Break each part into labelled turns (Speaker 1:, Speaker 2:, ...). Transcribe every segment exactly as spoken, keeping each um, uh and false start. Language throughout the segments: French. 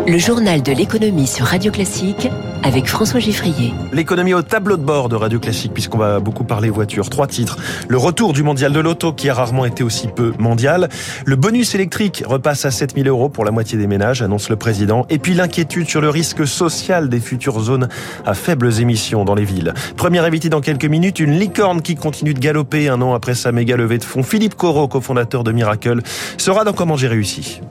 Speaker 1: Le journal de l'économie sur Radio Classique avec François Giffrier.
Speaker 2: L'économie au tableau de bord de Radio Classique, puisqu'on va beaucoup parler voiture. Trois titres. Le retour du mondial de l'auto, qui a rarement été aussi peu mondial. Le bonus électrique repasse à sept mille euros pour la moitié des ménages, annonce le président. Et puis l'inquiétude sur le risque social des futures zones à faibles émissions dans les villes. Première invitée dans quelques minutes, une licorne qui continue de galoper un an après sa méga levée de fonds. Philippe Corot, cofondateur de Miracle, sera dans Comment j'ai réussi.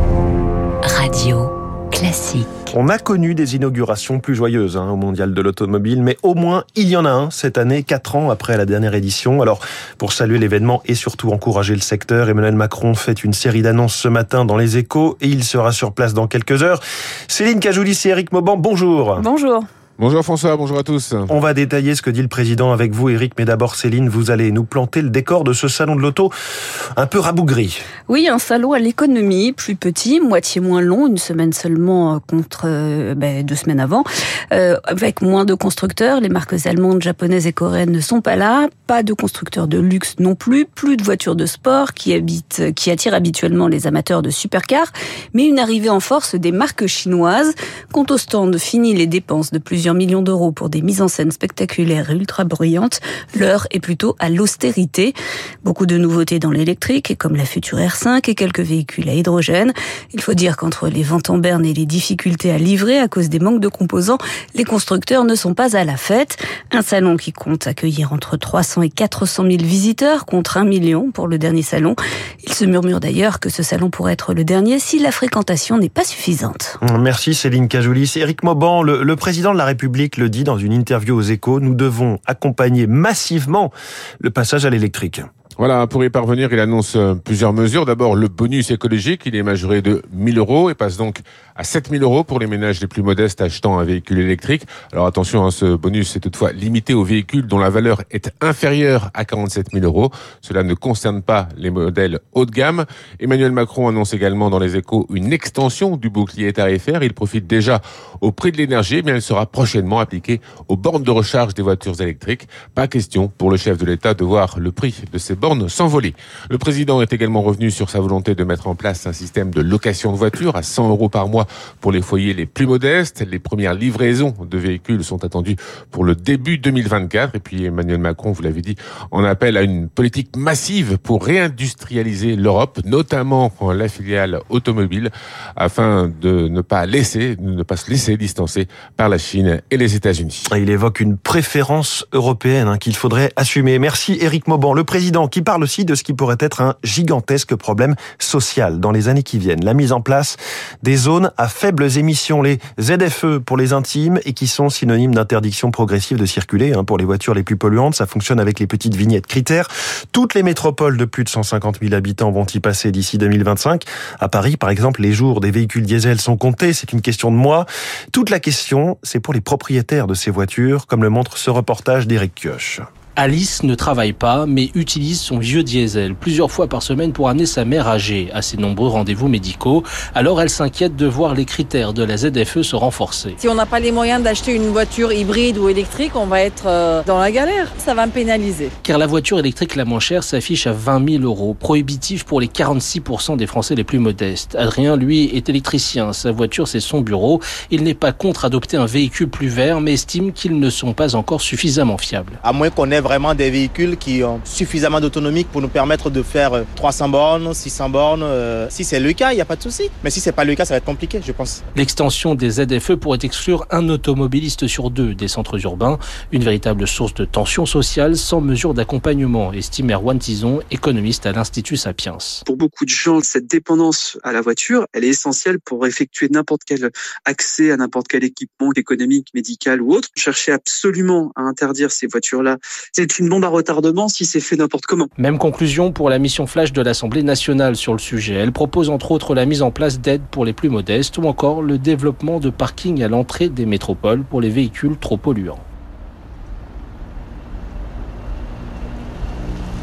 Speaker 1: Radio Classique.
Speaker 2: On a connu des inaugurations plus joyeuses hein, au Mondial de l'automobile, mais au moins il y en a un cette année, quatre ans après la dernière édition. Alors, pour saluer l'événement et surtout encourager le secteur, Emmanuel Macron fait une série d'annonces ce matin dans Les Échos et il sera sur place dans quelques heures. Céline Cajoulis et Éric Mauban, bonjour.
Speaker 3: Bonjour.
Speaker 4: Bonjour François, bonjour à tous.
Speaker 2: On va détailler ce que dit le président avec vous, Éric, mais d'abord Céline, vous allez nous planter le décor de ce salon de l'auto un peu rabougri.
Speaker 3: Oui, un salon à l'économie, plus petit, moitié moins long, une semaine seulement contre euh, ben, deux semaines avant, euh, avec moins de constructeurs. Les marques allemandes, japonaises et coréennes ne sont pas là, pas de constructeurs de luxe non plus, plus de voitures de sport qui, habitent, qui attirent habituellement les amateurs de supercars, mais une arrivée en force des marques chinoises. Quant au stand, fini les dépenses de plusieurs millions d'euros pour des mises en scène spectaculaires et ultra bruyantes, l'heure est plutôt à l'austérité. Beaucoup de nouveautés dans l'électrique, comme la future R cinq et quelques véhicules à hydrogène. Il faut dire qu'entre les ventes en berne et les difficultés à livrer à cause des manques de composants, les constructeurs ne sont pas à la fête. Un salon qui compte accueillir entre trois cents et quatre cent mille visiteurs contre un million pour le dernier salon. Il se murmure d'ailleurs que ce salon pourrait être le dernier si la fréquentation n'est pas suffisante.
Speaker 2: Merci Céline Cajoulis. Éric Mauban, le, le président de la République le dit dans une interview aux Échos, nous devons accompagner massivement le passage à l'électrique.
Speaker 4: Voilà, pour y parvenir, il annonce plusieurs mesures. D'abord, le bonus écologique, il est majoré de mille euros et passe donc à sept mille euros pour les ménages les plus modestes achetant un véhicule électrique. Alors attention, hein, ce bonus est toutefois limité aux véhicules dont la valeur est inférieure à quarante-sept mille euros. Cela ne concerne pas les modèles haut de gamme. Emmanuel Macron annonce également dans les Échos une extension du bouclier tarifaire. Il profite déjà au prix de l'énergie, mais elle sera prochainement appliquée aux bornes de recharge des voitures électriques. Pas question pour le chef de l'État de voir le prix de ces bornes s'envoler. Le président est également revenu sur sa volonté de mettre en place un système de location de voitures à cent euros par mois pour les foyers les plus modestes. Les premières livraisons de véhicules sont attendues pour le début deux mille vingt-quatre. Et puis Emmanuel Macron, vous l'avez dit, en appelle à une politique massive pour réindustrialiser l'Europe, notamment la filiale automobile, afin de ne pas laisser, de ne pas se laisser distancer par la Chine et les États-Unis.
Speaker 2: Il évoque une préférence européenne hein, qu'il faudrait assumer. Merci Éric Mauban, le président qui parle aussi de ce qui pourrait être un gigantesque problème social dans les années qui viennent. La mise en place des zones à faibles émissions, les Z F E pour les intimes et qui sont synonymes d'interdiction progressive de circuler hein, pour les voitures les plus polluantes. Ça fonctionne avec les petites vignettes critères. Toutes les métropoles de plus de cent cinquante mille habitants vont y passer d'ici deux mille vingt-cinq. À Paris, par exemple, les jours des véhicules diesel sont comptés. C'est une question de mois. Toute la question, c'est pour les propriétaires de ces voitures, comme le montre ce reportage d'Éric Kioch.
Speaker 5: Alice ne travaille pas, mais utilise son vieux diesel plusieurs fois par semaine pour amener sa mère âgée à ses nombreux rendez-vous médicaux. Alors elle s'inquiète de voir les critères de la Z F E se renforcer.
Speaker 6: Si on n'a pas les moyens d'acheter une voiture hybride ou électrique, on va être dans la galère. Ça va me pénaliser.
Speaker 5: Car la voiture électrique la moins chère s'affiche à vingt mille euros, prohibitif pour les quarante-six pour cent des Français les plus modestes. Adrien, lui, est électricien. Sa voiture, c'est son bureau. Il n'est pas contre adopter un véhicule plus vert, mais estime qu'ils ne sont pas encore suffisamment fiables.
Speaker 7: À moins qu'on ait vraiment des véhicules qui ont suffisamment d'autonomie pour nous permettre de faire trois cents bornes, six cents bornes. Si c'est le cas, il n'y a pas de souci. Mais si c'est pas le cas, ça va être compliqué, je pense.
Speaker 5: L'extension des Z F E pourrait exclure un automobiliste sur deux des centres urbains. Une véritable source de tension sociale sans mesure d'accompagnement, estime Erwan Tison, économiste à l'Institut Sapiens.
Speaker 8: Pour beaucoup de gens, cette dépendance à la voiture, elle est essentielle pour effectuer n'importe quel accès à n'importe quel équipement économique, médical ou autre. Chercher absolument à interdire ces voitures-là, c'est une bombe à retardement si c'est fait n'importe comment.
Speaker 5: Même conclusion pour la mission flash de l'Assemblée nationale sur le sujet. Elle propose entre autres la mise en place d'aides pour les plus modestes ou encore le développement de parkings à l'entrée des métropoles pour les véhicules trop polluants.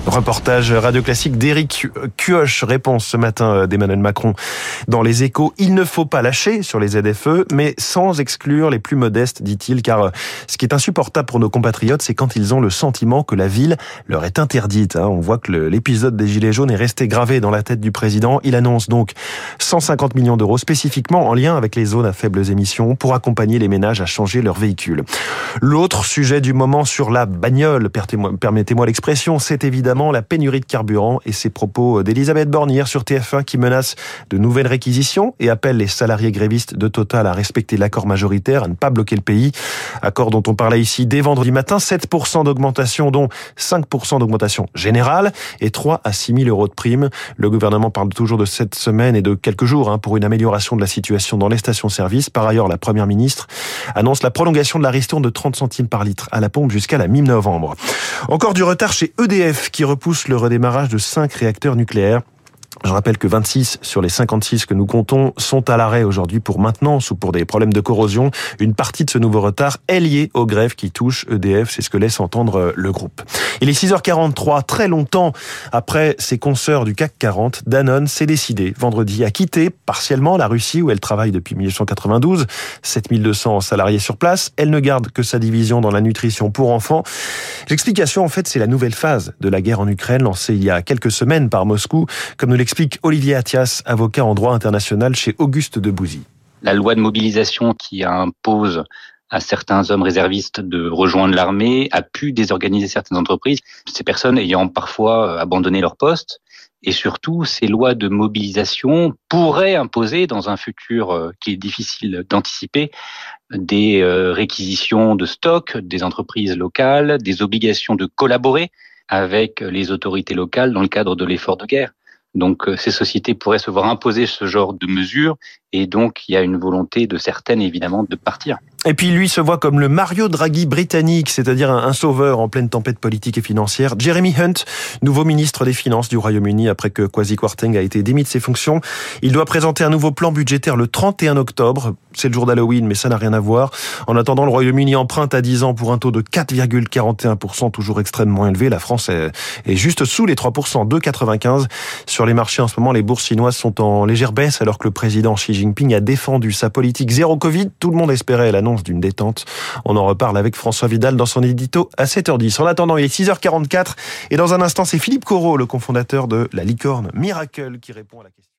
Speaker 2: Reportage Radio Classique d'Éric Cuoche. Réponse ce matin d'Emmanuel Macron dans Les Échos. Il ne faut pas lâcher sur les Z F E, mais sans exclure les plus modestes, dit-il, car ce qui est insupportable pour nos compatriotes, c'est quand ils ont le sentiment que la ville leur est interdite. On voit que l'épisode des Gilets jaunes est resté gravé dans la tête du président. Il annonce donc cent cinquante millions d'euros spécifiquement en lien avec les zones à faibles émissions pour accompagner les ménages à changer leurs véhicules. L'autre sujet du moment sur la bagnole, permettez-moi l'expression, c'est évidemment la pénurie de carburant et ses propos d'Elisabeth Borne hier sur T F un qui menace de nouvelles réquisitions et appelle les salariés grévistes de Total à respecter l'accord majoritaire, à ne pas bloquer le pays. Accord dont on parlait ici dès vendredi matin, sept pour cent d'augmentation, dont cinq pour cent d'augmentation générale et trois à six mille euros de prime. Le gouvernement parle toujours de cette semaine et de quelques jours hein, pour une amélioration de la situation dans les stations-service. Par ailleurs, la première ministre annonce la prolongation de la ristourne de trente centimes par litre à la pompe jusqu'à la mi-novembre. Encore du retard chez E D F qui repousse le redémarrage de cinq réacteurs nucléaires. Je rappelle que vingt-six sur les cinquante-six que nous comptons sont à l'arrêt aujourd'hui pour maintenance ou pour des problèmes de corrosion. Une partie de ce nouveau retard est liée aux grèves qui touchent E D F, c'est ce que laisse entendre le groupe. Il est six heures quarante-trois, très longtemps après ses consoeurs du C A C quarante, Danone s'est décidée vendredi à quitter partiellement la Russie où elle travaille depuis dix-neuf cent quatre-vingt-douze, sept mille deux cents salariés sur place. Elle ne garde que sa division dans la nutrition pour enfants. L'explication en fait c'est la nouvelle phase de la guerre en Ukraine lancée il y a quelques semaines par Moscou, comme nous l'explique explique Olivier Attias, avocat en droit international chez Auguste Debouzy.
Speaker 9: La loi de mobilisation qui impose à certains hommes réservistes de rejoindre l'armée a pu désorganiser certaines entreprises, ces personnes ayant parfois abandonné leur poste. Et surtout, ces lois de mobilisation pourraient imposer, dans un futur qui est difficile d'anticiper, des réquisitions de stocks des entreprises locales, des obligations de collaborer avec les autorités locales dans le cadre de l'effort de guerre. Donc ces sociétés pourraient se voir imposer ce genre de mesures et donc il y a une volonté de certaines évidemment de partir.
Speaker 2: Et puis lui se voit comme le Mario Draghi britannique, c'est-à-dire un sauveur en pleine tempête politique et financière. Jeremy Hunt, nouveau ministre des Finances du Royaume-Uni après que Kwasi Kwarteng a été démis de ses fonctions. Il doit présenter un nouveau plan budgétaire le trente et un octobre. C'est le jour d'Halloween, mais ça n'a rien à voir. En attendant, le Royaume-Uni emprunte à dix ans pour un taux de quatre virgule quarante et un pour cent, toujours extrêmement élevé. La France est, est juste sous les trois pour cent, deux virgule quatre-vingt-quinze. Sur les marchés en ce moment, les bourses chinoises sont en légère baisse alors que le président Xi Jinping a défendu sa politique zéro Covid. Tout le monde espérait l'annonce d'une détente. On en reparle avec François Vidal dans son édito à sept heures dix. En attendant, il est six heures quarante-quatre et dans un instant, c'est Philippe Corot, le cofondateur de la licorne Miracle, qui répond à la question.